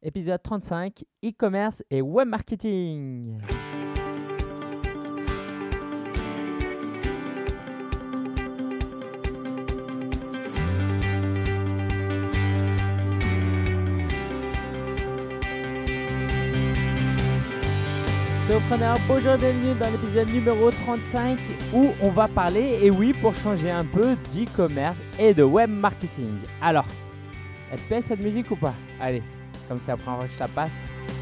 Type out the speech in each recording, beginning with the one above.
Épisode 35, e-commerce et web marketing. Surpreneur, bonjour, bienvenue dans l'épisode numéro 35 où on va parler, et oui, pour changer un peu, d'e-commerce et de web marketing. Alors, elle te plaît cette musique ou pas? Allez, comme c'est la première fois que je la passe.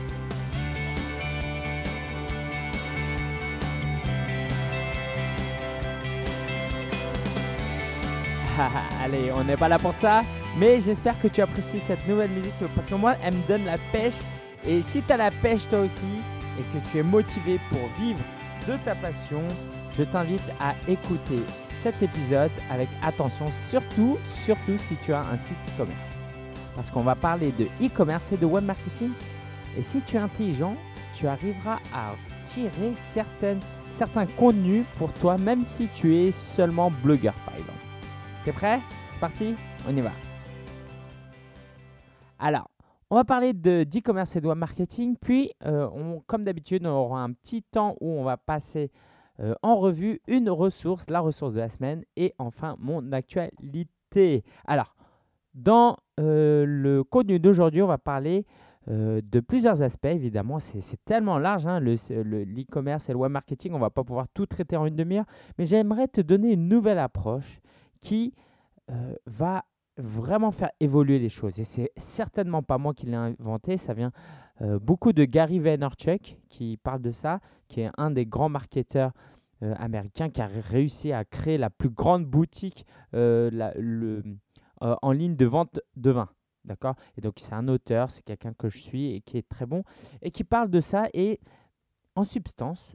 Allez, on n'est pas là pour ça, mais j'espère que tu apprécies cette nouvelle musique parce que moi, elle me donne la pêche. Et si tu as la pêche toi aussi et que tu es motivé pour vivre de ta passion, je t'invite à écouter cet épisode avec attention, surtout si tu as un site e-commerce. Parce qu'on va parler de e-commerce et de web marketing. Et si tu es intelligent, tu arriveras à tirer certains contenus pour toi, même si tu es seulement blogueur par exemple. T'es prêt? C'est parti? On y va. Alors, on va parler d'e-commerce et de web marketing. Puis, comme d'habitude, on aura un petit temps où on va passer en revue une ressource, la ressource de la semaine, et enfin mon actualité. Alors, dans le contenu d'aujourd'hui, on va parler de plusieurs aspects. Évidemment, c'est tellement large, hein, l'e-commerce et le web marketing. On ne va pas pouvoir tout traiter en une demi-heure. Mais j'aimerais te donner une nouvelle approche qui va vraiment faire évoluer les choses. Et c'est certainement pas moi qui l'ai inventé, ça vient beaucoup de Gary Vaynerchuk qui parle de ça, qui est un des grands marketeurs américains qui a réussi à créer la plus grande boutique en ligne de vente de vin. D'accord? Et donc c'est un auteur, c'est quelqu'un que je suis et qui est très bon et qui parle de ça. Et en substance,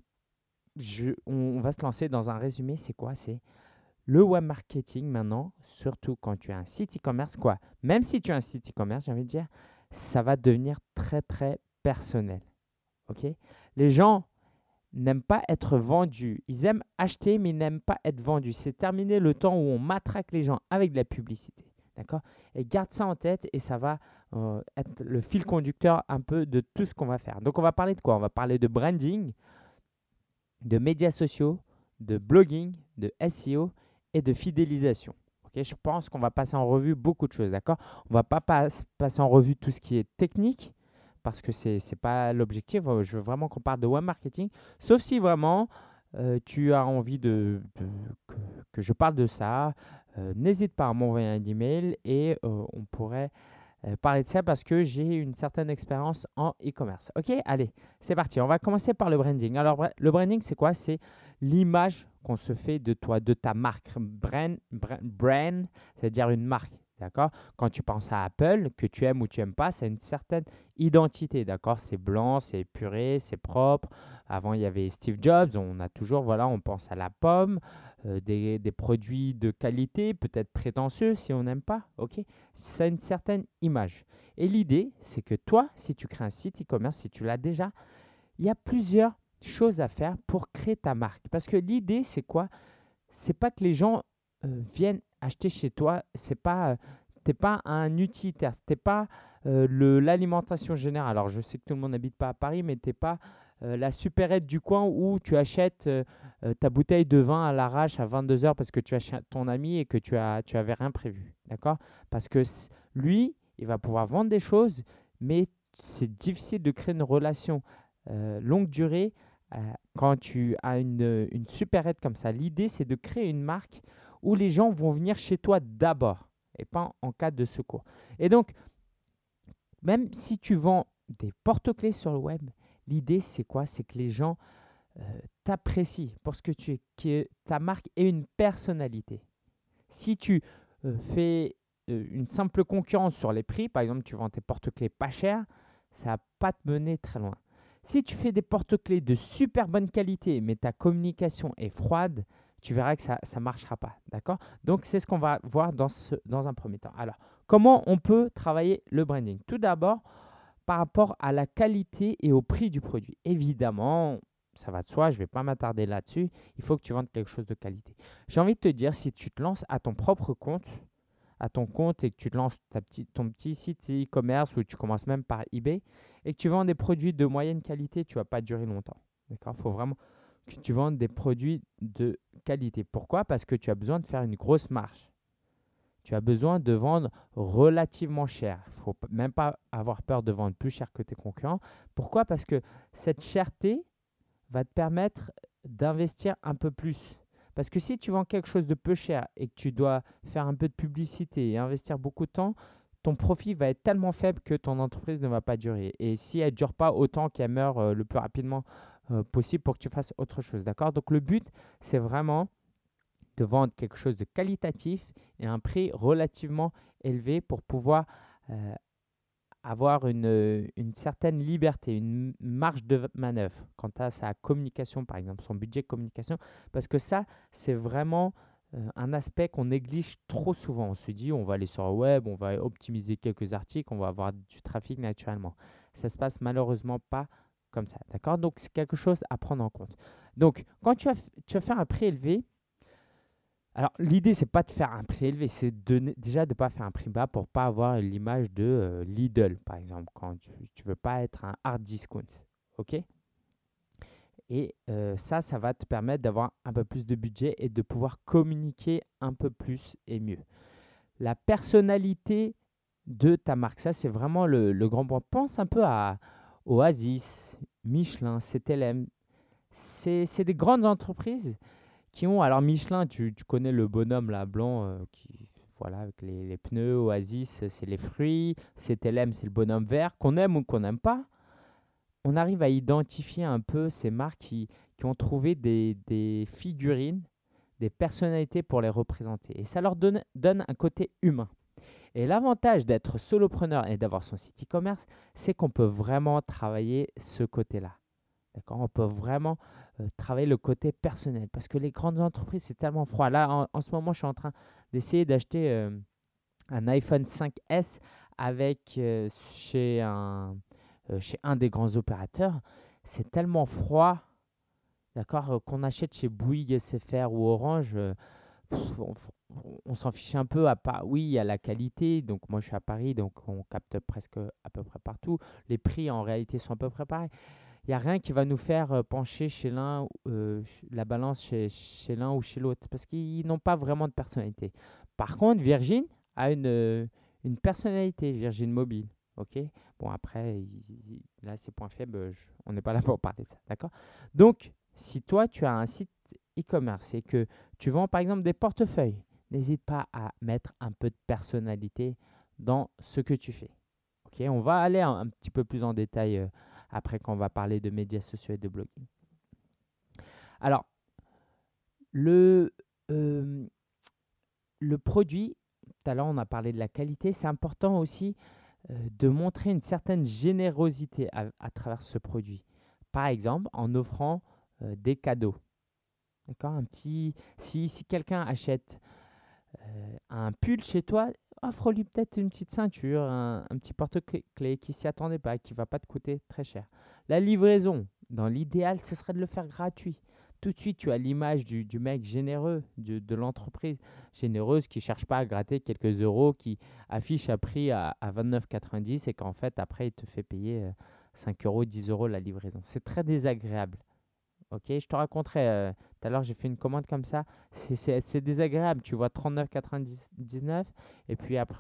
on va se lancer dans un résumé. C'est quoi? C'est le web marketing maintenant, surtout quand tu as un site e-commerce, quoi. Même si tu as un site e-commerce, j'ai envie de dire, ça va devenir très très personnel. Ok? Les gens n'aiment pas être vendus. Ils aiment acheter, mais ils n'aiment pas être vendus. C'est terminé le temps où on matraque les gens avec de la publicité. D'accord? Et garde ça en tête et ça va être le fil conducteur un peu de tout ce qu'on va faire. Donc on va parler de quoi? On va parler de branding, de médias sociaux, de blogging, de SEO et de fidélisation. Okay, je pense qu'on va passer en revue beaucoup de choses, d'accord? On ne va pas passer en revue tout ce qui est technique parce que ce n'est pas l'objectif. Je veux vraiment qu'on parle de web marketing, sauf si vraiment tu as envie que je parle de ça. N'hésite pas à m'envoyer un email et on pourrait parler de ça parce que j'ai une certaine expérience en e-commerce. Ok, allez, c'est parti. On va commencer par le branding. Alors, le branding, c'est quoi? C'est l'image qu'on se fait de toi, de ta marque. Brand, c'est-à-dire une marque. D'accord? Quand tu penses à Apple, que tu aimes ou tu n'aimes pas, c'est une certaine identité. D'accord? C'est blanc, c'est épuré, c'est propre. Avant, il y avait Steve Jobs. On a toujours, voilà, on pense à la pomme, des produits de qualité, peut-être prétentieux si on n'aime pas. Ok? Ça a une certaine image. Et l'idée, c'est que toi, si tu crées un site e-commerce, si tu l'as déjà, il y a plusieurs choses à faire pour créer ta marque. Parce que l'idée, c'est quoi? C'est pas que les gens viennent acheter chez toi. T'es pas un utilitaire. T'es pas l'alimentation générale. Alors, je sais que tout le monde n'habite pas à Paris, mais t'es pas la supérette du coin où tu achètes ta bouteille de vin à l'arrache à 22 heures parce que tu achètes ton ami et que tu avais rien prévu. D'accord? Parce que lui, il va pouvoir vendre des choses, mais c'est difficile de créer une relation longue durée quand tu as une supérette comme ça. L'idée, c'est de créer une marque où les gens vont venir chez toi d'abord et pas en cas de secours. Et donc, même si tu vends des porte-clés sur le web, l'idée, c'est quoi? C'est que les gens t'apprécient pour ce que tu es, que ta marque ait une personnalité. Si tu fais une simple concurrence sur les prix, par exemple, tu vends tes porte-clés pas chers, ça va pas te mener très loin. Si tu fais des porte-clés de super bonne qualité, mais ta communication est froide, tu verras que ça ne marchera pas. D'accord? Donc, c'est ce qu'on va voir dans un premier temps. Alors, comment on peut travailler le branding? Tout d'abord, par rapport à la qualité et au prix du produit. Évidemment, ça va de soi, je ne vais pas m'attarder là-dessus. Il faut que tu vendes quelque chose de qualité. J'ai envie de te dire, si tu te lances à ton propre compte, à ton compte et que tu te lances ton petit site e-commerce ou tu commences même par eBay et que tu vends des produits de moyenne qualité, tu ne vas pas durer longtemps. D'accord? Il faut vraiment que tu vendes des produits de qualité. Pourquoi? Parce que tu as besoin de faire une grosse marge. Tu as besoin de vendre relativement cher. Il ne faut même pas avoir peur de vendre plus cher que tes concurrents. Pourquoi? Parce que cette cherté va te permettre d'investir un peu plus. Parce que si tu vends quelque chose de peu cher et que tu dois faire un peu de publicité et investir beaucoup de temps, ton profit va être tellement faible que ton entreprise ne va pas durer. Et si elle ne dure pas, autant qu'elle meurt le plus rapidement possible pour que tu fasses autre chose. D'accord? Donc le but, c'est vraiment de vendre quelque chose de qualitatif et à un prix relativement élevé pour pouvoir euh, avoir une certaine liberté, une marge de manœuvre quant à sa communication, par exemple, son budget de communication, parce que ça, c'est vraiment un aspect qu'on néglige trop souvent. On se dit, on va aller sur le web, on va optimiser quelques articles, on va avoir du trafic naturellement. Ça se passe malheureusement pas comme ça, d'accord? Donc, c'est quelque chose à prendre en compte. Donc, quand tu vas faire un prix élevé, alors, l'idée, c'est pas de faire un prix élevé, c'est déjà de ne pas faire un prix bas pour pas avoir l'image de Lidl, par exemple, quand tu ne veux pas être un hard discount. OK? Et ça va te permettre d'avoir un peu plus de budget et de pouvoir communiquer un peu plus et mieux. La personnalité de ta marque, ça, c'est vraiment le grand point. Pense un peu à Oasis, Michelin, CTLM. C'est des grandes entreprises qui ont, alors Michelin, tu connais le bonhomme là, blanc, voilà, avec les pneus, Oasis, c'est les fruits, CTLM, c'est le bonhomme vert, qu'on aime ou qu'on n'aime pas. On arrive à identifier un peu ces marques qui ont trouvé des figurines, des personnalités pour les représenter. Et ça leur donne un côté humain. Et l'avantage d'être solopreneur et d'avoir son site e-commerce, c'est qu'on peut vraiment travailler ce côté-là. D'accord? On peut vraiment travailler le côté personnel parce que les grandes entreprises, c'est tellement froid. Là, en ce moment, je suis en train d'essayer d'acheter un iPhone 5S avec chez un des grands opérateurs. C'est tellement froid, d'accord, qu'on achète chez Bouygues, SFR ou Orange. On s'en fiche un peu. Oui, il y a la qualité. Donc, moi, je suis à Paris, donc on capte presque à peu près partout. Les prix, en réalité, sont à peu près pareils. Il n'y a rien qui va nous faire pencher chez l'un, la balance chez l'un ou chez l'autre, parce qu'ils n'ont pas vraiment de personnalité. Par contre, Virgin a une personnalité, Virgin Mobile. Ok. Bon, après, là, c'est point faible, on n'est pas là pour parler de ça. D'accord? Donc, si toi, tu as un site e-commerce et que tu vends, par exemple, des portefeuilles, n'hésite pas à mettre un peu de personnalité dans ce que tu fais. Ok, on va aller un petit peu plus en détail après quand on va parler de médias sociaux et de blogging. Alors, le, euh, le produit, tout à l'heure on a parlé de la qualité, c'est important aussi de montrer une certaine générosité à travers ce produit. Par exemple, en offrant des cadeaux. D'accord? Si quelqu'un achète un pull chez toi, offre-lui peut-être une petite ceinture, un petit porte-clés qui s'y attendait pas, qui va pas te coûter très cher. La livraison, dans l'idéal, ce serait de le faire gratuit. Tout de suite, tu as l'image du mec généreux, de l'entreprise généreuse qui cherche pas à gratter quelques euros, qui affiche un prix à 29,90 et qu'en fait, après, il te fait payer 5 euros, 10 euros la livraison. C'est très désagréable. Ok, je te raconterai. Tout à l'heure, j'ai fait une commande comme ça. C'est désagréable. Tu vois 39,99 et puis après,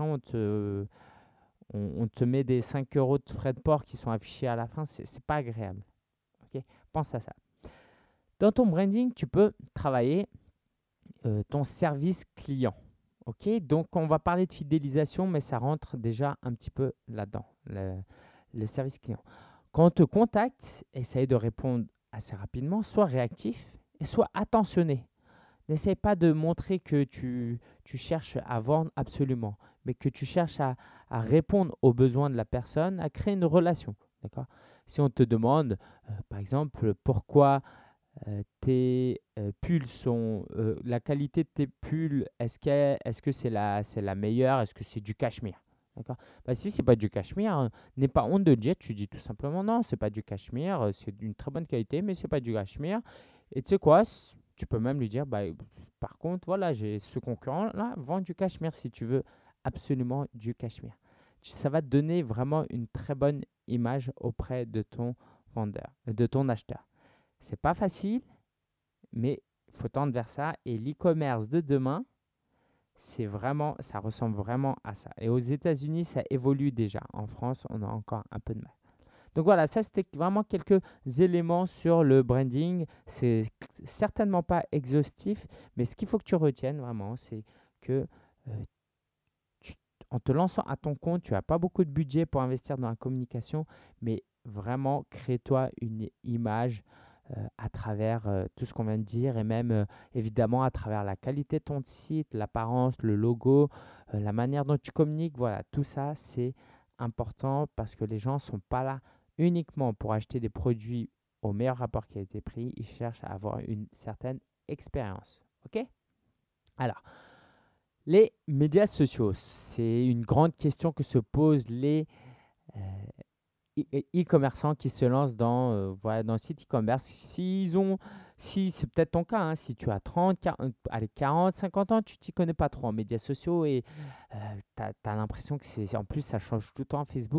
on te met des 5 euros de frais de port qui sont affichés à la fin. C'est pas agréable. Ok, pense à ça. Dans ton branding, tu peux travailler ton service client. Ok, donc on va parler de fidélisation, mais ça rentre déjà un petit peu là-dedans, le service client. Quand on te contacte, essaye de répondre assez rapidement, soit réactif et soit attentionné. N'essaye pas de montrer que tu cherches à vendre absolument, mais que tu cherches à répondre aux besoins de la personne, à créer une relation. D'accord? Si on te demande, par exemple, pourquoi tes pulls sont, la qualité de tes pulls, est-ce que c'est la meilleure, est-ce que c'est du cachemire? D'accord? Bah, si c'est pas du cachemire, n'aie pas honte de le dire, tu dis tout simplement non, c'est pas du cachemire, c'est d'une très bonne qualité, mais c'est pas du cachemire. Et tu sais quoi, tu peux même lui dire, bah, par contre, voilà, j'ai ce concurrent-là, vend du cachemire si tu veux absolument du cachemire. Ça va te donner vraiment une très bonne image auprès de ton vendeur, de ton acheteur. C'est pas facile, mais il faut tendre vers ça. Et l'e-commerce de demain, ça ressemble vraiment à ça. Et aux États-Unis, ça évolue déjà. En France, on a encore un peu de mal. Donc voilà, ça c'était vraiment quelques éléments sur le branding. C'est certainement pas exhaustif, mais ce qu'il faut que tu retiennes vraiment, c'est que euh, tu- en te lançant à ton compte, tu n'as pas beaucoup de budget pour investir dans la communication, mais vraiment crée-toi une image à travers tout ce qu'on vient de dire et même évidemment à travers la qualité de ton site, l'apparence, le logo, la manière dont tu communiques. Voilà, tout ça c'est important parce que les gens ne sont pas là uniquement pour acheter des produits au meilleur rapport qualité-prix, ils cherchent à avoir une certaine expérience. OK? Alors, les médias sociaux, c'est une grande question que se posent les euh, e-commerçants qui se lancent voilà, dans le site e-commerce. Si c'est peut-être ton cas, hein, si tu as 30, 40, allez, 40, 50 ans, tu t'y connais pas trop en médias sociaux et tu as l'impression que en plus ça change tout le temps. Facebook,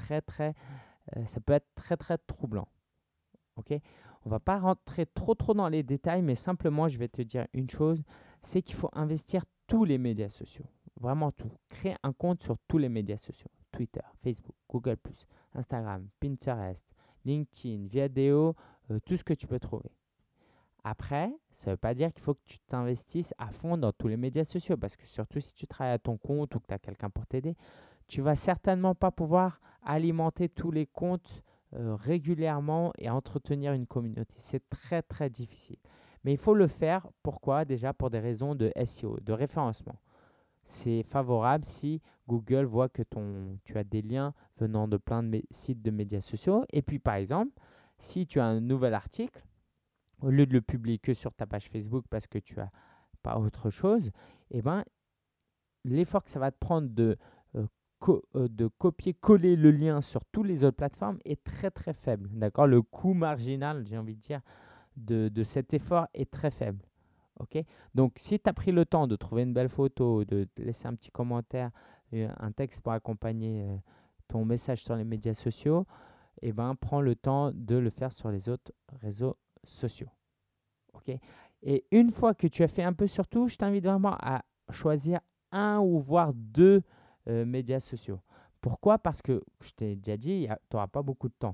ça peut être très très troublant. Ok, on va pas rentrer trop dans les détails, mais simplement je vais te dire une chose, c'est qu'il faut investir tous les médias sociaux, vraiment tout. Créer un compte sur tous les médias sociaux, Twitter, Facebook, Google+, Instagram, Pinterest, LinkedIn, Viadeo, tout ce que tu peux trouver. Après, ça ne veut pas dire qu'il faut que tu t'investisses à fond dans tous les médias sociaux, parce que surtout si tu travailles à ton compte ou que tu as quelqu'un pour t'aider, tu vas certainement pas pouvoir alimenter tous les comptes régulièrement et entretenir une communauté. C'est très très difficile. Mais il faut le faire, pourquoi? Déjà pour des raisons de SEO, de référencement. C'est favorable si Google voit que tu as des liens venant de plein de sites de médias sociaux. Et puis par exemple, si tu as un nouvel article, au lieu de le publier que sur ta page Facebook parce que tu as pas autre chose, eh ben, l'effort que ça va te prendre euh, de copier-coller le lien sur toutes les autres plateformes est très très faible. D'accord? Le coût marginal, j'ai envie de dire, de cet effort est très faible. Ok? Donc, si tu as pris le temps de trouver une belle photo, de te laisser un petit commentaire, un texte pour accompagner ton message sur les médias sociaux, eh ben, prends le temps de le faire sur les autres réseaux sociaux. Ok? Et une fois que tu as fait un peu sur tout, je t'invite vraiment à choisir un ou voire deux médias sociaux. Pourquoi? Parce que je t'ai déjà dit, tu n'auras pas beaucoup de temps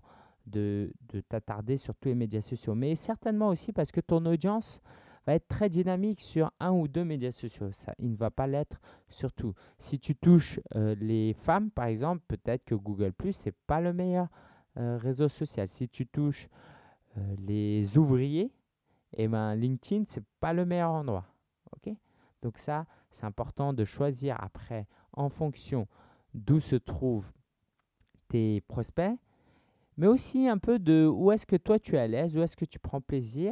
de t'attarder sur tous les médias sociaux. Mais certainement aussi parce que ton audience va être très dynamique sur un ou deux médias sociaux. Ça, il ne va pas l'être sur tout. Si tu touches les femmes, par exemple, peut-être que Google+, ce n'est pas le meilleur réseau social. Si tu touches les ouvriers, et ben LinkedIn, c'est pas le meilleur endroit. Ok? Donc ça, c'est important de choisir après en fonction d'où se trouvent tes prospects, mais aussi un peu de où est-ce que toi tu es à l'aise, où est-ce que tu prends plaisir,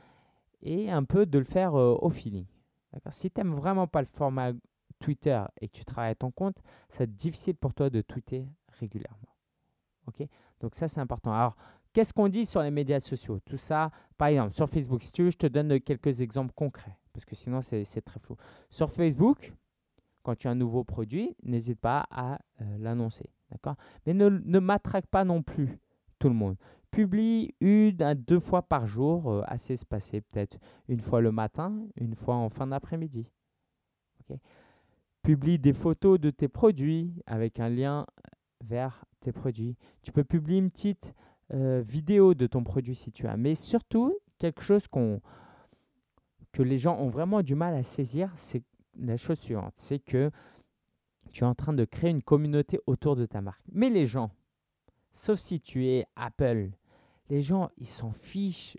et un peu de le faire au feeling. D'accord? Si tu n'aimes vraiment pas le format Twitter et que tu travailles à ton compte, ça va être difficile pour toi de tweeter régulièrement. Ok? Donc ça, c'est important. Alors, qu'est-ce qu'on dit sur les médias sociaux? Tout ça, par exemple, sur Facebook. Si tu veux, je te donne quelques exemples concrets, parce que sinon, c'est très flou. Sur Facebook, quand tu as un nouveau produit, n'hésite pas à l'annoncer. D'accord? Mais ne matraque pas non plus tout le monde. Publie une à deux fois par jour, assez espacé, peut-être une fois le matin, une fois en fin d'après-midi. Ok? Publie des photos de tes produits avec un lien vers tes produits. Tu peux publier une petite vidéo de ton produit si tu as. Mais surtout, quelque chose que les gens ont vraiment du mal à saisir, c'est la chose suivante. C'est que tu es en train de créer une communauté autour de ta marque. Mais les gens, sauf si tu es Apple, les gens, ils s'en fichent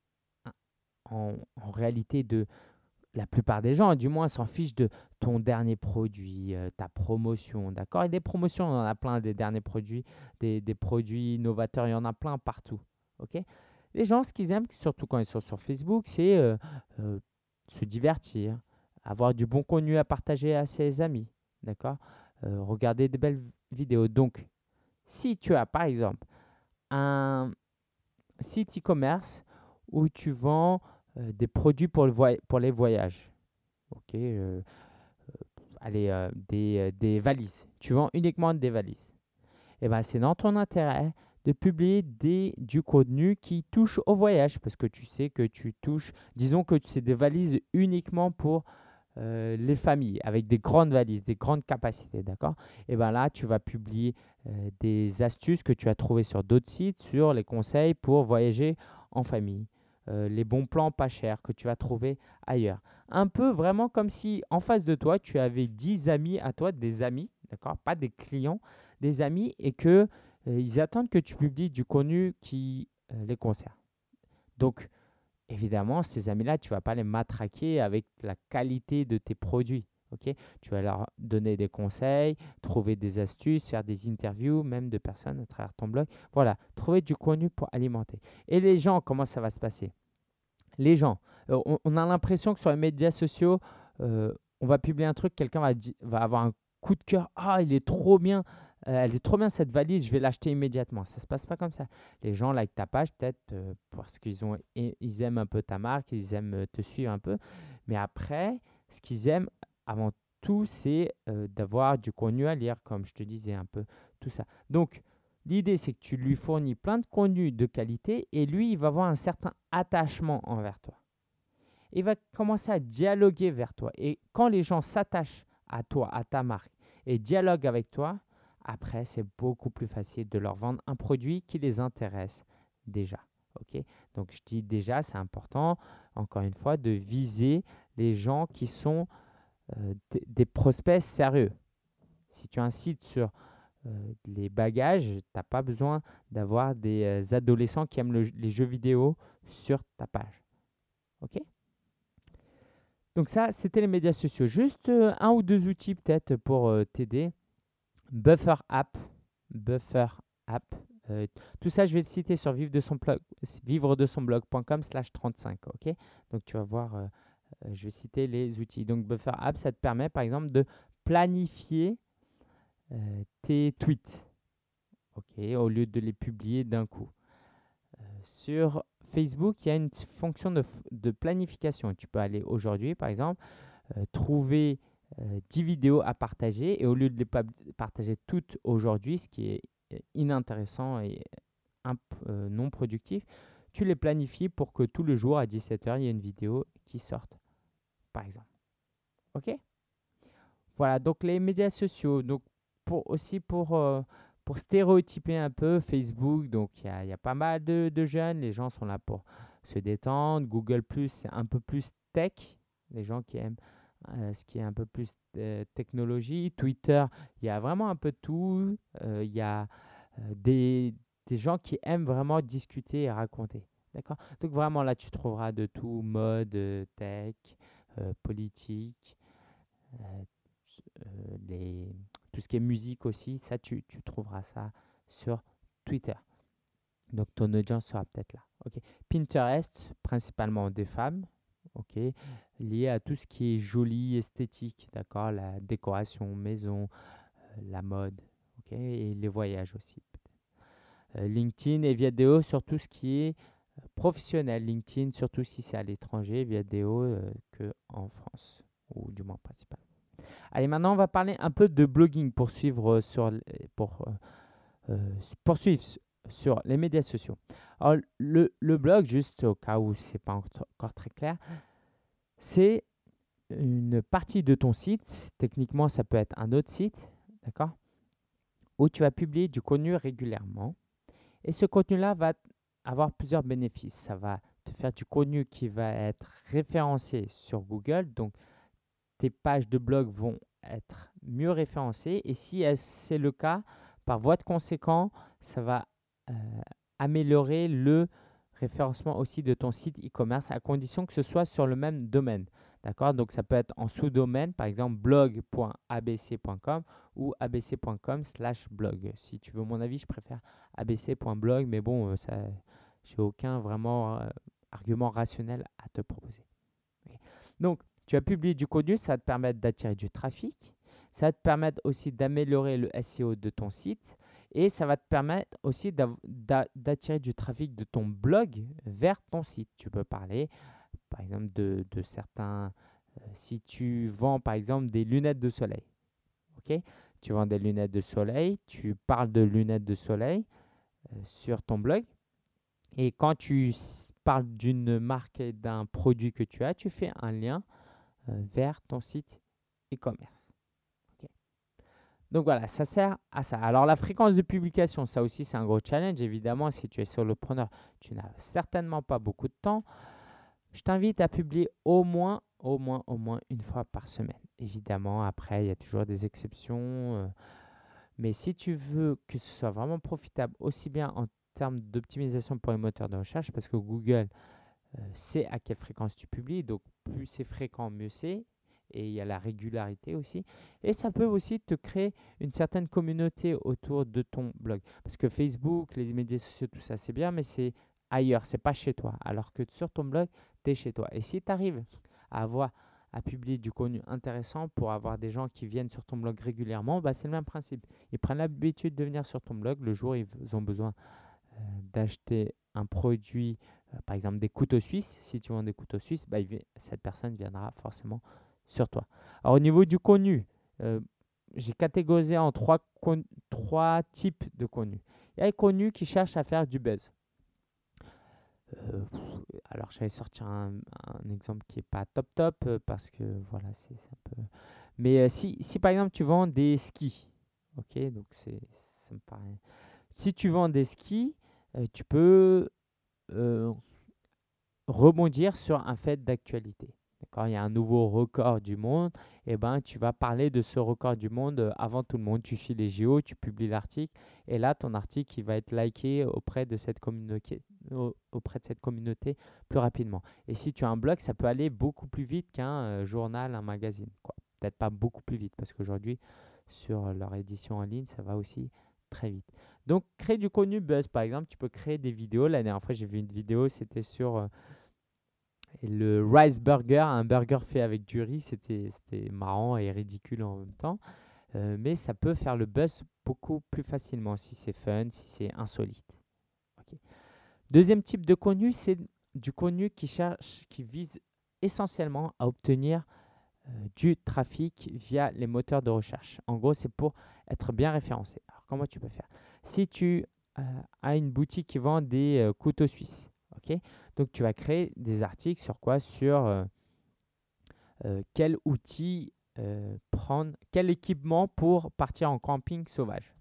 en réalité de la plupart des gens, du moins, s'en fichent de ton dernier produit, ta promotion, d'accord? Et des promotions, on en a plein, des derniers produits, des produits innovateurs, il y en a plein partout, ok? Les gens, ce qu'ils aiment, surtout quand ils sont sur Facebook, c'est se divertir, avoir du bon contenu à partager à ses amis, d'accord? Regarder des belles vidéos. Donc, si tu as, par exemple, un site e-commerce où tu vends des produits pour les voyages. Ok, des valises. Tu vends uniquement des valises. Et ben, c'est dans ton intérêt de publier du contenu qui touche au voyage parce que tu sais que tu touches, disons que c'est des valises uniquement pour les familles avec des grandes valises, des grandes capacités, d'accord? Et bien là, tu vas publier des astuces que tu as trouvées sur d'autres sites, sur les conseils pour voyager en famille, les bons plans pas chers que tu vas trouver ailleurs. Un peu vraiment comme si en face de toi, tu avais 10 amis à toi, des amis, d'accord? Pas des clients, des amis, et que ils attendent que tu publies du contenu qui les concerne. Donc, évidemment, ces amis-là, tu ne vas pas les matraquer avec la qualité de tes produits. Ok, tu vas leur donner des conseils, trouver des astuces, faire des interviews, même de personnes à travers ton blog. Voilà, trouver du contenu pour alimenter. Et les gens, comment ça va se passer? Les gens, on a l'impression que sur les médias sociaux, on va publier un truc, quelqu'un va avoir un coup de cœur. Ah, il est trop bien, elle est trop bien cette valise, je vais l'acheter immédiatement. Ça ne se passe pas comme ça. Les gens like ta page peut-être parce ils aiment un peu ta marque, ils aiment te suivre un peu. Mais après, ce qu'ils aiment avant tout, c'est d'avoir du contenu à lire, comme je te disais un peu, tout ça. Donc, l'idée, c'est que tu lui fournis plein de contenu de qualité et lui, il va avoir un certain attachement envers toi. Il va commencer à dialoguer vers toi. Et quand les gens s'attachent à toi, à ta marque, et dialoguent avec toi, après, c'est beaucoup plus facile de leur vendre un produit qui les intéresse déjà. Ok, donc, je dis déjà, c'est important, encore une fois, de viser les gens qui sont des prospects sérieux. Si tu as un site sur les bagages, tu n'as pas besoin d'avoir des adolescents qui aiment les jeux vidéo sur ta page. Ok? Donc ça, c'était les médias sociaux. Juste un ou deux outils peut-être pour t'aider. Buffer App. Buffer App. Tout ça, je vais le citer sur vivre-de-son-blog.com/35. Ok? Donc tu vas voir, je vais citer les outils. Donc Buffer App, ça te permet par exemple de planifier tes tweets. Ok, au lieu de les publier d'un coup. Sur Facebook, il y a une fonction de planification. Tu peux aller aujourd'hui, par exemple, trouver 10 vidéos à partager et au lieu de les partager toutes aujourd'hui, ce qui est inintéressant et non productif, tu les planifies pour que tous les jours à 17h, il y ait une vidéo qui sorte, par exemple. Ok? Voilà, donc les médias sociaux. Donc pour stéréotyper un peu Facebook, donc il y a pas mal de jeunes, les gens sont là pour se détendre. Google+, c'est un peu plus tech, les gens qui aiment ce qui est un peu plus technologie. Twitter, il y a vraiment un peu de tout. Il y a des gens qui aiment vraiment discuter et raconter. D'accord? Donc vraiment là, tu trouveras de tout, mode, tech, politique, euh, tout ce qui est musique aussi, ça tu trouveras ça sur Twitter. Donc ton audience sera peut-être là. Ok. Pinterest, principalement des femmes, ok, lié à tout ce qui est joli, esthétique, d'accord, la décoration, maison, la mode, ok, et les voyages aussi. LinkedIn et Viadeo sur tout ce qui est professionnel. LinkedIn, surtout si c'est à l'étranger, Viadeo que en France, ou du moins principalement. Allez, maintenant, on va parler un peu de blogging pour poursuivre sur les médias sociaux. Alors, le blog, juste au cas où ce n'est pas encore très clair, c'est une partie de ton site. Techniquement, ça peut être un autre site, d'accord, où tu vas publier du contenu régulièrement. Et ce contenu-là va avoir plusieurs bénéfices. Ça va te faire du contenu qui va être référencé sur Google. Donc, tes pages de blog vont être mieux référencées et si c'est le cas, par voie de conséquent, ça va améliorer le référencement aussi de ton site e-commerce à condition que ce soit sur le même domaine. D'accord? Donc ça peut être en sous-domaine, par exemple blog.abc.com ou abc.com/blog. Si tu veux mon avis, je préfère abc.blog, mais bon, ça, j'ai aucun vraiment argument rationnel à te proposer. Okay. Donc, tu as publié du contenu, ça va te permettre d'attirer du trafic, ça va te permettre aussi d'améliorer le SEO de ton site et ça va te permettre aussi d'attirer du trafic de ton blog vers ton site. Tu peux parler par exemple de certains Si tu vends par exemple des lunettes de soleil, ok? Tu vends des lunettes de soleil, tu parles de lunettes de soleil sur ton blog. Et quand parles d'une marque et d'un produit que tu as, tu fais un lien vers ton site e-commerce. Ok. Donc voilà, ça sert à ça. Alors la fréquence de publication, ça aussi c'est un gros challenge. Évidemment, si tu es solopreneur, tu n'as certainement pas beaucoup de temps. Je t'invite à publier au moins une fois par semaine. Évidemment, après, il y a toujours des exceptions. Mais si tu veux que ce soit vraiment profitable, aussi bien en termes d'optimisation pour les moteurs de recherche, parce que Google sait à quelle fréquence tu publies, donc plus c'est fréquent, mieux c'est. Et il y a la régularité aussi. Et ça peut aussi te créer une certaine communauté autour de ton blog. Parce que Facebook, les médias sociaux, tout ça, c'est bien, mais c'est ailleurs, c'est pas chez toi. Alors que sur ton blog, tu es chez toi. Et si tu arrives à publier du contenu intéressant pour avoir des gens qui viennent sur ton blog régulièrement, bah, c'est le même principe. Ils prennent l'habitude de venir sur ton blog. Le jour où ils ont besoin d'acheter un produit, par exemple des couteaux suisses, si tu vends des couteaux suisses, bah, cette personne viendra forcément sur toi. Alors au niveau du contenu, j'ai catégorisé en trois types de contenu. Il y a les contenus qui cherchent à faire du buzz. Alors j'allais sortir un exemple qui n'est pas top parce que voilà, c'est un peu... Mais si par exemple tu vends des skis, ok, donc ça me paraît... Si tu vends des skis, tu peux rebondir sur un fait d'actualité. D'accord, il y a un nouveau record du monde, et ben tu vas parler de ce record du monde avant tout le monde. Tu suis les JO, tu publies l'article, et là ton article il va être liké auprès de cette communauté plus rapidement. Et si tu as un blog, ça peut aller beaucoup plus vite qu'un journal, un magazine, quoi. Peut-être pas beaucoup plus vite, parce qu'aujourd'hui sur leur édition en ligne, ça va aussi très vite. Donc, créer du contenu buzz, par exemple, tu peux créer des vidéos. La dernière fois, j'ai vu une vidéo, c'était sur le rice burger, un burger fait avec du riz. C'était marrant et ridicule en même temps. Mais ça peut faire le buzz beaucoup plus facilement si c'est fun, si c'est insolite. Ok. Deuxième type de contenu, c'est du contenu qui vise essentiellement à obtenir du trafic via les moteurs de recherche. En gros, c'est pour être bien référencé. Alors, comment tu peux faire? Si tu as une boutique qui vend des couteaux suisses, ok, donc tu vas créer des articles sur quoi? Sur quel outil prendre, quel équipement pour partir en camping sauvage.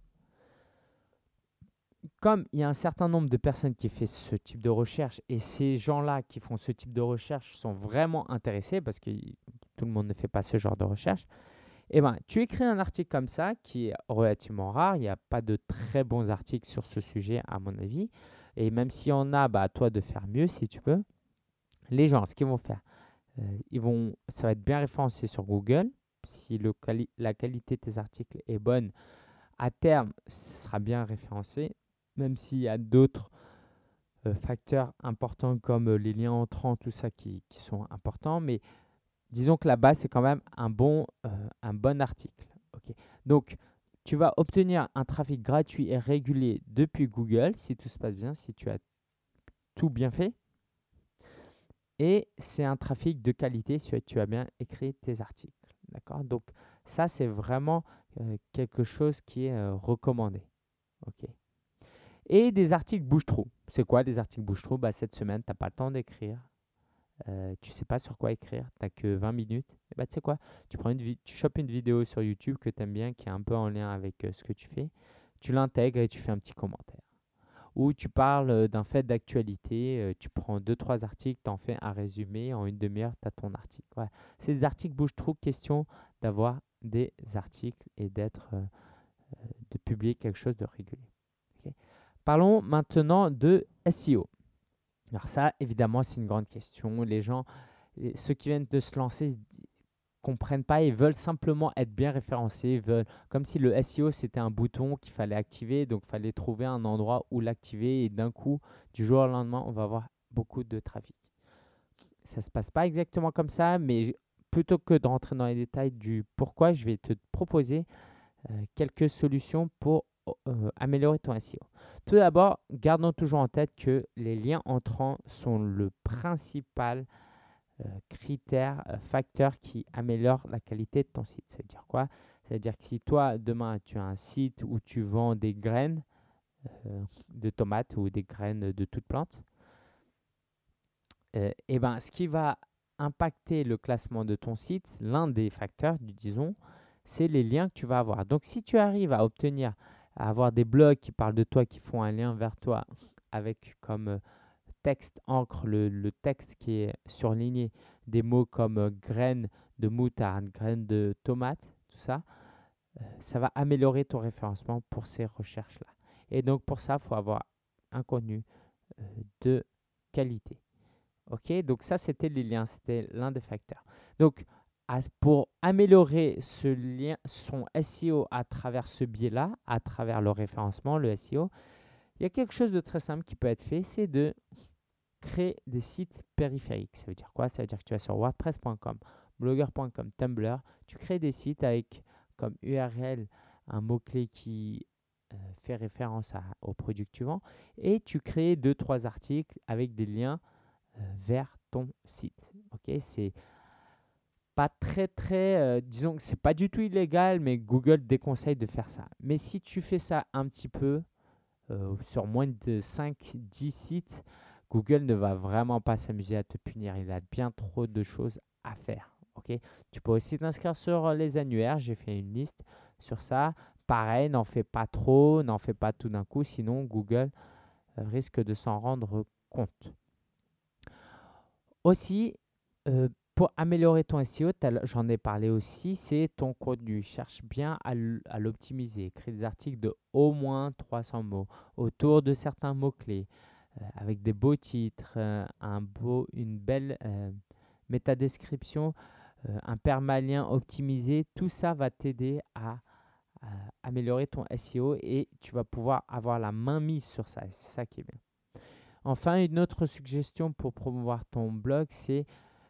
Comme il y a un certain nombre de personnes qui font ce type de recherche et ces gens-là qui font ce type de recherche sont vraiment intéressés parce que tout le monde ne fait pas ce genre de recherche, eh ben, tu écris un article comme ça qui est relativement rare. Il n'y a pas de très bons articles sur ce sujet à mon avis. Et même s'il y en a, bah, à toi de faire mieux si tu peux. Les gens, ce qu'ils vont faire, ça va être bien référencé sur Google. Si la qualité de tes articles est bonne, à terme, ce sera bien référencé, même s'il y a d'autres facteurs importants comme les liens entrants, tout ça qui sont importants. Mais disons que la base, c'est quand même un bon article. Ok. Donc, tu vas obtenir un trafic gratuit et régulier depuis Google, si tout se passe bien, si tu as tout bien fait. Et c'est un trafic de qualité si tu as bien écrit tes articles. D'accord. Donc, ça, c'est vraiment quelque chose qui est recommandé. Ok. Et des articles bouche-trou. C'est quoi des articles bouche-trou? Bah, cette semaine, tu n'as pas le temps d'écrire. Tu sais pas sur quoi écrire, tu n'as que 20 minutes. Et bah, tu sais quoi? Tu chopes une vidéo sur YouTube que tu aimes bien, qui est un peu en lien avec ce que tu fais. Tu l'intègres et tu fais un petit commentaire. Ou tu parles d'un fait d'actualité, tu prends deux trois articles, tu en fais un résumé, en une demi-heure, tu as ton article. Ouais. C'est des articles bouche-trou, question d'avoir des articles et de publier quelque chose de régulier. Ok. Parlons maintenant de SEO. Alors ça, évidemment, c'est une grande question. Les gens, ceux qui viennent de se lancer, comprennent pas et veulent simplement être bien référencés, veulent comme si le SEO c'était un bouton qu'il fallait activer, donc il fallait trouver un endroit où l'activer et d'un coup, du jour au lendemain, on va avoir beaucoup de trafic. Ça se passe pas exactement comme ça, mais plutôt que de rentrer dans les détails du pourquoi, je vais te proposer quelques solutions pour améliorer ton SEO. Tout d'abord, gardons toujours en tête que les liens entrants sont le principal critères, facteurs qui améliorent la qualité de ton site. Ça veut dire quoi? Ça veut dire que si toi, demain, tu as un site où tu vends des graines de tomates ou des graines de toute plante, et ben, ce qui va impacter le classement de ton site, l'un des facteurs, disons, c'est les liens que tu vas avoir. Donc, si tu arrives à obtenir, à avoir des blogs qui parlent de toi, qui font un lien vers toi, avec comme texte, encre, le texte qui est surligné, des mots comme graines de moutarde, graines de tomate, tout ça, ça va améliorer ton référencement pour ces recherches-là. Et donc, pour ça, il faut avoir un contenu de qualité. Ok, donc ça c'était les liens, c'était l'un des facteurs. Donc pour améliorer ce lien, son SEO à travers ce biais-là, à travers le référencement, le SEO, il y a quelque chose de très simple qui peut être fait, c'est de créer des sites périphériques. Ça veut dire quoi? Ça veut dire que tu vas sur wordpress.com, blogger.com, Tumblr, tu crées des sites avec comme URL un mot-clé qui fait référence au produit que tu vends et tu crées 2-3 articles avec des liens vers ton site. Ok, c'est pas disons que c'est pas du tout illégal, mais Google déconseille de faire ça. Mais si tu fais ça un petit peu, sur moins de 5-10 sites, Google ne va vraiment pas s'amuser à te punir. Il a bien trop de choses à faire. Ok, tu peux aussi t'inscrire sur les annuaires. J'ai fait une liste sur ça. Pareil, n'en fais pas trop, n'en fais pas tout d'un coup, sinon Google risque de s'en rendre compte. Aussi, pour améliorer ton SEO, j'en ai parlé aussi, c'est ton contenu. Cherche bien à l'optimiser. Écris des articles de au moins 300 mots autour de certains mots-clés, avec des beaux titres, une belle métadescription, un permalien optimisé. Tout ça va t'aider à améliorer ton SEO et tu vas pouvoir avoir la main mise sur ça. C'est ça qui est bien. Enfin, une autre suggestion pour promouvoir ton blog, c'est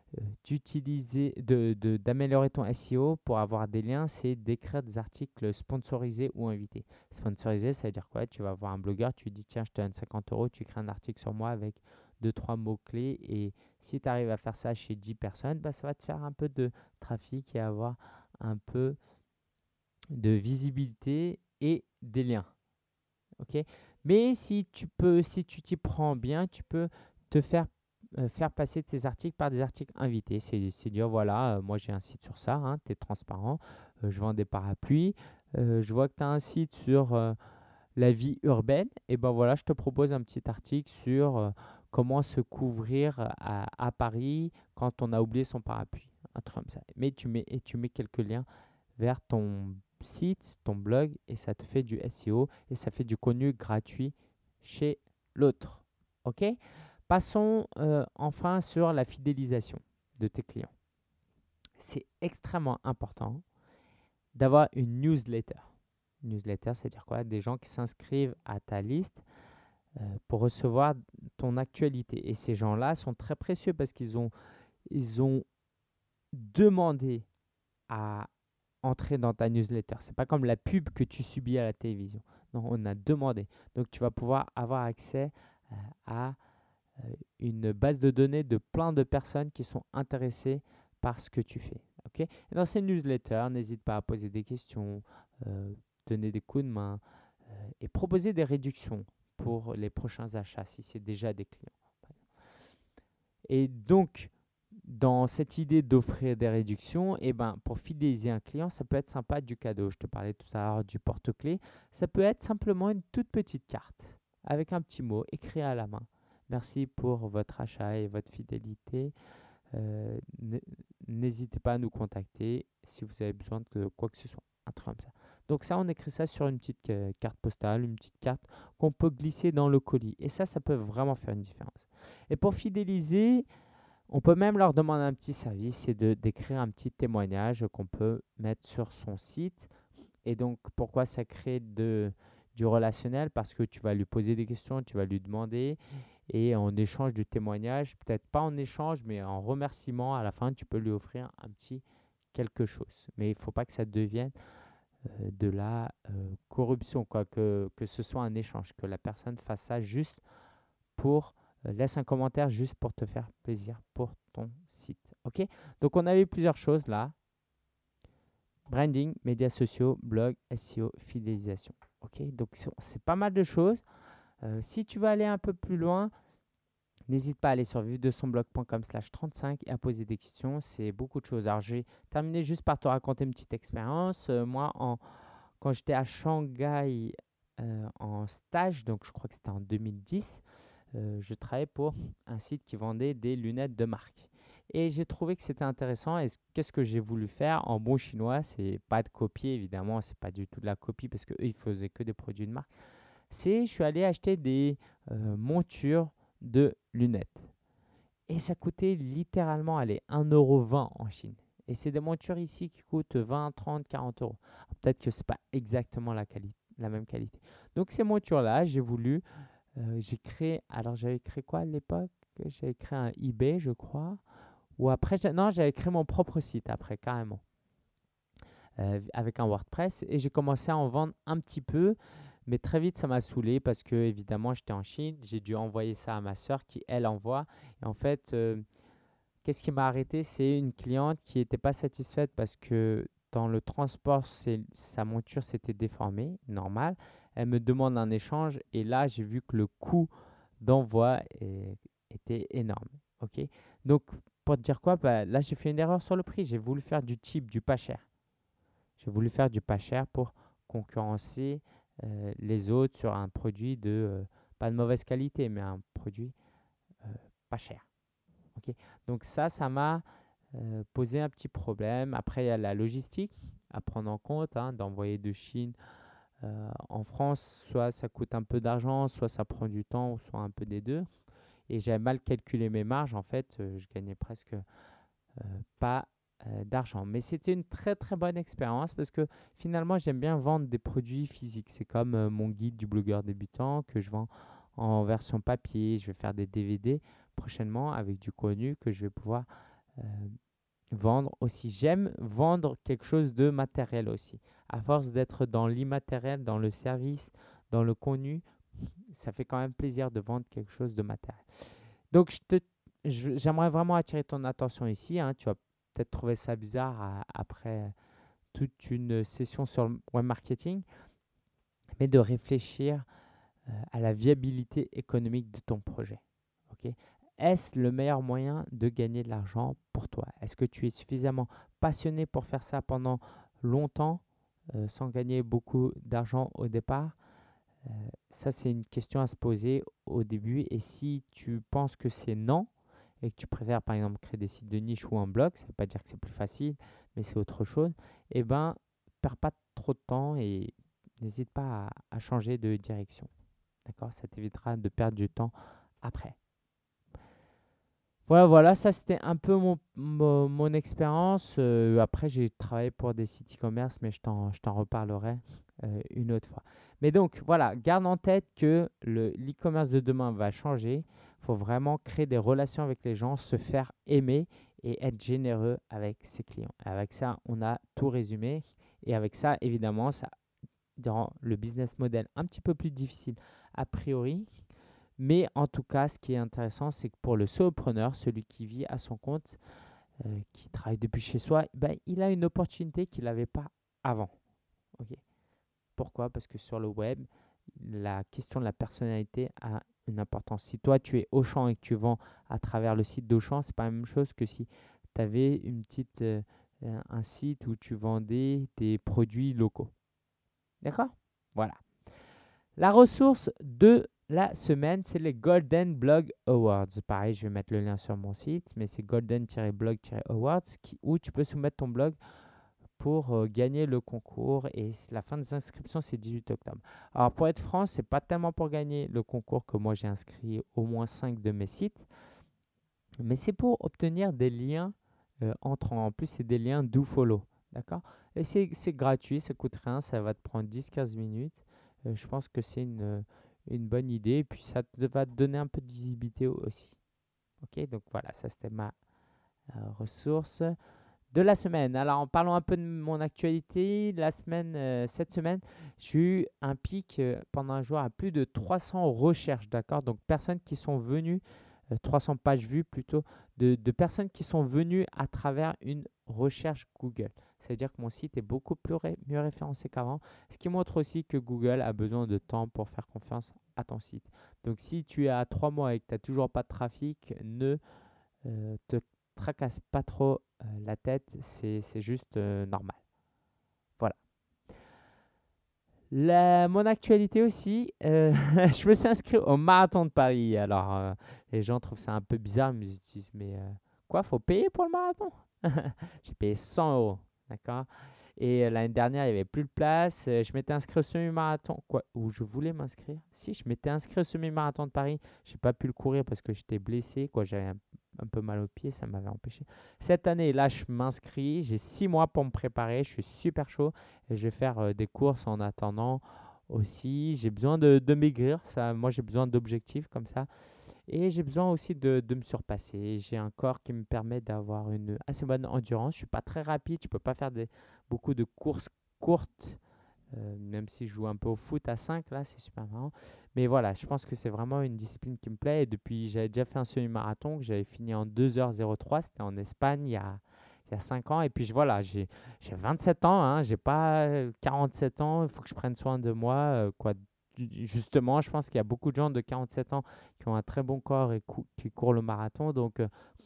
d'améliorer ton SEO pour avoir des liens, c'est d'écrire des articles sponsorisés ou invités. Sponsorisé, ça veut dire quoi? Tu vas voir un blogueur, tu lui dis tiens, je te donne 50 euros, tu écris un article sur moi avec 2-3 mots-clés et si tu arrives à faire ça chez 10 personnes, bah, ça va te faire un peu de trafic et avoir un peu de visibilité et des liens. Ok? Mais si tu t'y prends bien, tu peux te faire passer tes articles par des articles invités. C'est dire, voilà, moi j'ai un site sur ça, hein, tu es transparent, je vends des parapluies, je vois que tu as un site sur la vie urbaine, et ben voilà, je te propose un petit article sur comment se couvrir à Paris quand on a oublié son parapluie, un truc comme ça. Mais tu mets quelques liens vers ton site, ton blog, et ça te fait du SEO et ça fait du contenu gratuit chez l'autre. Ok? Passons enfin sur la fidélisation de tes clients. C'est extrêmement important d'avoir une newsletter. Newsletter, c'est-à-dire quoi? Des gens qui s'inscrivent à ta liste pour recevoir ton actualité. Et ces gens-là sont très précieux parce ils ont demandé à entrer dans ta newsletter. C'est pas comme la pub que tu subis à la télévision. Non, on a demandé. Donc tu vas pouvoir avoir accès à une base de données de plein de personnes qui sont intéressées par ce que tu fais. Ok? Et dans ces newsletters, n'hésite pas à poser des questions, donner des coups de main et proposer des réductions pour les prochains achats si c'est déjà des clients. Et donc, dans cette idée d'offrir des réductions, eh ben, pour fidéliser un client, ça peut être sympa du cadeau. Je te parlais tout à l'heure du porte-clés. Ça peut être simplement une toute petite carte avec un petit mot écrit à la main. Merci pour votre achat et votre fidélité. N'hésitez pas à nous contacter si vous avez besoin de quoi que ce soit. Un truc comme ça. Donc ça, on écrit ça sur une petite carte postale, une petite carte qu'on peut glisser dans le colis. Et ça peut vraiment faire une différence. Et pour fidéliser, on peut même leur demander un petit service, c'est d'écrire un petit témoignage qu'on peut mettre sur son site. Et donc, pourquoi ça crée du relationnel? Parce que tu vas lui poser des questions, tu vas lui demander. Et en échange du témoignage, peut-être pas en échange, mais en remerciement, à la fin, tu peux lui offrir un petit quelque chose. Mais il ne faut pas que ça devienne de la corruption, quoi, que ce soit un échange, que la personne fasse ça juste pour laisse un commentaire juste pour te faire plaisir pour ton site. Ok, donc on avait plusieurs choses là. Branding, médias sociaux, blog, SEO, fidélisation. Ok, donc c'est pas mal de choses. Si tu veux aller un peu plus loin, n'hésite pas à aller sur vivredesonblog.com/35 et à poser des questions. C'est beaucoup de choses. Alors, je vais terminer juste par te raconter une petite expérience. Moi, quand j'étais à Shanghai en stage, donc je crois que c'était en 2010, je travaillais pour un site qui vendait des lunettes de marque. Et j'ai trouvé que c'était intéressant. Et qu'est-ce que j'ai voulu faire en bon chinois? C'est pas de copier, évidemment, c'est pas du tout de la copie parce qu'eux, ils faisaient que des produits de marque. Je suis allé acheter des montures de lunettes. Et ça coûtait littéralement, allez, 1,20 € en Chine. Et c'est des montures ici qui coûtent 20, 30, 40 euros. Peut-être que c'est pas exactement la même qualité. Donc ces montures-là, j'ai créé, alors j'avais créé quoi à l'époque? J'avais créé un eBay, je crois. Ou après, non, j'avais créé mon propre site après, carrément, avec un WordPress. Et j'ai commencé à en vendre un petit peu. Mais très vite, ça m'a saoulé parce que, évidemment, j'étais en Chine. J'ai dû envoyer ça à ma sœur qui, elle, envoie. Et en fait, qu'est-ce qui m'a arrêté? C'est une cliente qui n'était pas satisfaite parce que dans le transport, sa monture s'était déformée, normal. Elle me demande un échange et là, j'ai vu que le coût d'envoi était énorme. Ok. Donc, pour te dire quoi, bah, là, j'ai fait une erreur sur le prix. J'ai voulu faire du cheap, du pas cher. J'ai voulu faire du pas cher pour concurrencer les autres sur un produit pas de mauvaise qualité, mais un produit pas cher. Ok. Donc ça m'a posé un petit problème. Après, il y a la logistique à prendre en compte, hein, d'envoyer de Chine en France. Soit ça coûte un peu d'argent, soit ça prend du temps, ou soit un peu des deux. Et j'avais mal calculé mes marges. En fait, je gagnais presque pas d'argent. Mais c'était une très très bonne expérience parce que finalement j'aime bien vendre des produits physiques. C'est comme mon guide du blogueur débutant que je vends en version papier. Je vais faire des DVD prochainement avec du contenu que je vais pouvoir euh, vendre aussi. J'aime vendre quelque chose de matériel aussi. À force d'être dans l'immatériel, dans le service, dans le contenu, ça fait quand même plaisir de vendre quelque chose de matériel. Donc, j'aimerais vraiment attirer ton attention ici, hein. Tu vas peut-être trouver ça bizarre après toute une session sur le web marketing, mais de réfléchir à la viabilité économique de ton projet. Ok. Est-ce le meilleur moyen de gagner de l'argent pour toi? Est-ce que tu es suffisamment passionné pour faire ça pendant longtemps sans gagner beaucoup d'argent au départ? Ça, c'est une question à se poser au début. Et si tu penses que c'est non, et que tu préfères par exemple créer des sites de niche ou un blog, ça ne veut pas dire que c'est plus facile, mais c'est autre chose, eh ben, perds pas trop de temps et n'hésite pas à changer de direction. D'accord? Ça t'évitera de perdre du temps après. Voilà, ça c'était un peu mon expérience. Après, j'ai travaillé pour des sites e-commerce, mais je t'en reparlerai une autre fois. Mais donc, voilà, garde en tête que l'e-commerce de demain va changer. Il faut vraiment créer des relations avec les gens, se faire aimer et être généreux avec ses clients. Avec ça, on a tout résumé. Et avec ça, évidemment, ça rend le business model un petit peu plus difficile a priori. Mais en tout cas, ce qui est intéressant, c'est que pour le solopreneur, celui qui vit à son compte, qui travaille depuis chez soi, ben, il a une opportunité qu'il n'avait pas avant. Ok. Pourquoi? Parce que sur le web, la question de la personnalité a une importance. Si toi, tu es Auchan et que tu vends à travers le site d'Auchan, c'est pas la même chose que si tu avais un site où tu vendais des produits locaux. D'accord? Voilà. La ressource de la semaine, c'est les Golden Blog Awards. Pareil, je vais mettre le lien sur mon site, mais c'est golden-blog-awards où tu peux soumettre ton blog pour gagner le concours. Et la fin des inscriptions, c'est 18 octobre. Alors, pour être franc, c'est pas tellement pour gagner le concours que moi j'ai inscrit au moins 5 de mes sites, mais c'est pour obtenir des liens entrants. En plus, c'est des liens do-follow. D'accord? Et c'est gratuit, ça coûte rien, ça va te prendre 10-15 minutes. Je pense que c'est une bonne idée. Et puis, ça va te donner un peu de visibilité aussi. Ok, donc voilà, ça c'était ma ressource de la semaine. Alors, en parlant un peu de mon actualité, cette semaine, j'ai eu un pic pendant un jour à plus de 300 recherches, d'accord? Donc, personnes qui sont venues 300 pages vues plutôt de personnes qui sont venues à travers une recherche Google. C'est-à-dire que mon site est beaucoup mieux référencé qu'avant, ce qui montre aussi que Google a besoin de temps pour faire confiance à ton site. Donc si tu es à 3 mois et que tu n'as toujours pas de trafic, ne te tracasse pas trop la tête, c'est juste normal. Voilà. Mon actualité aussi, je me suis inscrit au marathon de Paris. Alors, les gens trouvent ça un peu bizarre, mais ils se disent, mais quoi, faut payer pour le marathon? J'ai payé 100 euros, d'accord? Et l'année dernière, il n'y avait plus de place. Je m'étais inscrit au semi-marathon, quoi, où je voulais m'inscrire. Si, je m'étais inscrit au semi-marathon de Paris. J'ai pas pu le courir parce que j'étais blessé, quoi. J'avais un peu mal au pied, ça m'avait empêché. Cette année, là, je m'inscris. J'ai 6 mois pour me préparer. Je suis super chaud. Et je vais faire des courses en attendant aussi. J'ai besoin de maigrir. Ça, moi, j'ai besoin d'objectifs comme ça. Et j'ai besoin aussi de me surpasser. J'ai un corps qui me permet d'avoir une assez bonne endurance. Je suis pas très rapide. Je peux pas faire beaucoup de courses courtes, même si je joue un peu au foot à 5 là, c'est super marrant. Mais voilà, je pense que c'est vraiment une discipline qui me plaît. Et depuis, j'avais déjà fait un semi-marathon que j'avais fini en 2h03. C'était en Espagne il y a 5 ans. Et puis voilà, j'ai 27 ans, hein, j'ai pas 47 ans. Il faut que je prenne soin de moi. Quoi. Justement, je pense qu'il y a beaucoup de gens de 47 ans qui ont un très bon corps et qui courent le marathon. Donc,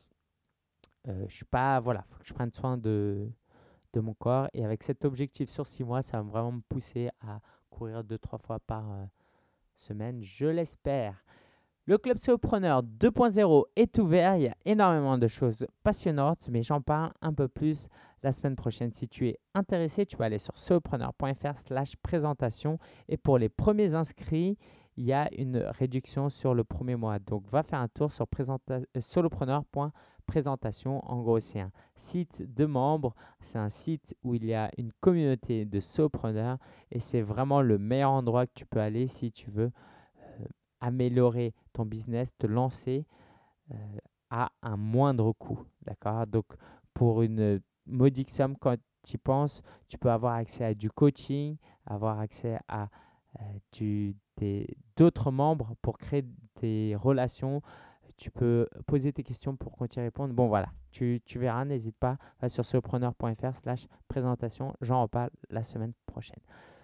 je suis pas. Voilà, il faut que je prenne soin de mon corps. Et avec cet objectif sur 6 mois, ça va vraiment me pousser à courir 2-3 fois par semaine, je l'espère. Le Club Solopreneur 2.0 est ouvert. Il y a énormément de choses passionnantes, mais j'en parle un peu plus la semaine prochaine. Si tu es intéressé, tu peux aller sur solopreneur.fr/présentation. Et pour les premiers inscrits, il y a une réduction sur le premier mois. Donc, va faire un tour sur solopreneur.présentation. En gros, c'est un site de membres. C'est un site où il y a une communauté de solopreneurs. Et c'est vraiment le meilleur endroit que tu peux aller si tu veux améliorer ton business, te lancer à un moindre coût. D'accord? Donc, pour une modique somme, quand tu y penses, tu peux avoir accès à du coaching, avoir accès à d'autres membres pour créer des relations. Tu peux poser tes questions pour qu'on t'y réponde. Bon, voilà, tu verras, n'hésite pas, va sur solopreneur.fr/présentation. J'en reparle la semaine prochaine.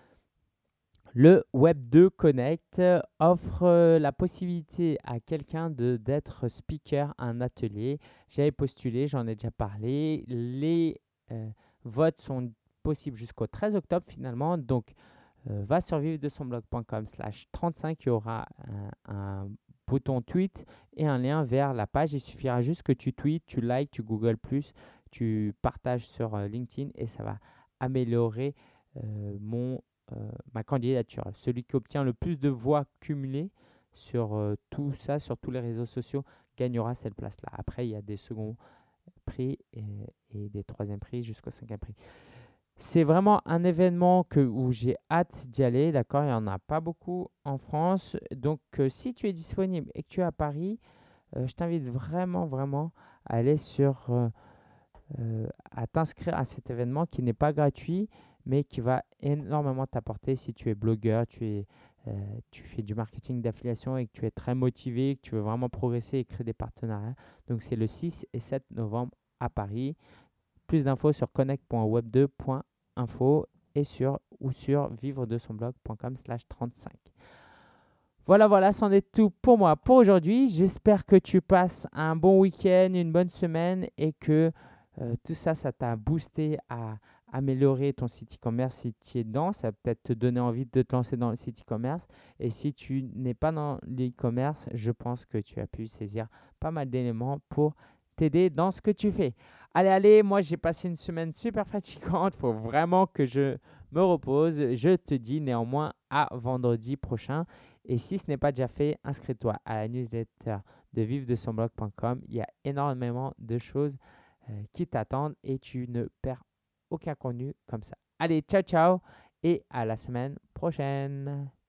Le Web2 Connect offre la possibilité à quelqu'un d'être speaker à un atelier. J'avais postulé, j'en ai déjà parlé. Les votes sont possibles jusqu'au 13 octobre finalement. Donc, va sur vivredesonblog.com/35. Il y aura un bouton tweet et un lien vers la page. Il suffira juste que tu tweets, tu likes, tu Google+, tu partages sur LinkedIn et ça va améliorer ma candidature. Celui qui obtient le plus de voix cumulées sur tout ça, sur tous les réseaux sociaux, gagnera cette place-là. Après, il y a des seconds prix et des troisièmes prix jusqu'au cinquième prix. C'est vraiment un événement où j'ai hâte d'y aller, d'accord? Il n'y en a pas beaucoup en France. Donc, si tu es disponible et que tu es à Paris, je t'invite vraiment, vraiment à aller à t'inscrire à cet événement qui n'est pas gratuit, mais qui va énormément t'apporter si tu es blogueur, tu fais du marketing d'affiliation et que tu es très motivé, que tu veux vraiment progresser et créer des partenariats. Donc, c'est le 6 et 7 novembre à Paris. Plus d'infos sur connect.web2.info et sur vivredesonblog.com/35. Voilà, c'en est tout pour moi pour aujourd'hui. J'espère que tu passes un bon week-end, une bonne semaine et que tout ça, ça t'a boosté à améliorer ton site e-commerce si tu es dedans. Ça va peut-être te donner envie de te lancer dans le site e-commerce. Et si tu n'es pas dans l'e-commerce, je pense que tu as pu saisir pas mal d'éléments pour t'aider dans ce que tu fais. Allez, moi j'ai passé une semaine super fatigante. Il faut vraiment que je me repose. Je te dis néanmoins à vendredi prochain. Et si ce n'est pas déjà fait, inscris-toi à la newsletter de vivredesonblog.com. Il y a énormément de choses qui t'attendent et tu ne perds aucun contenu comme ça. Allez, ciao et à la semaine prochaine.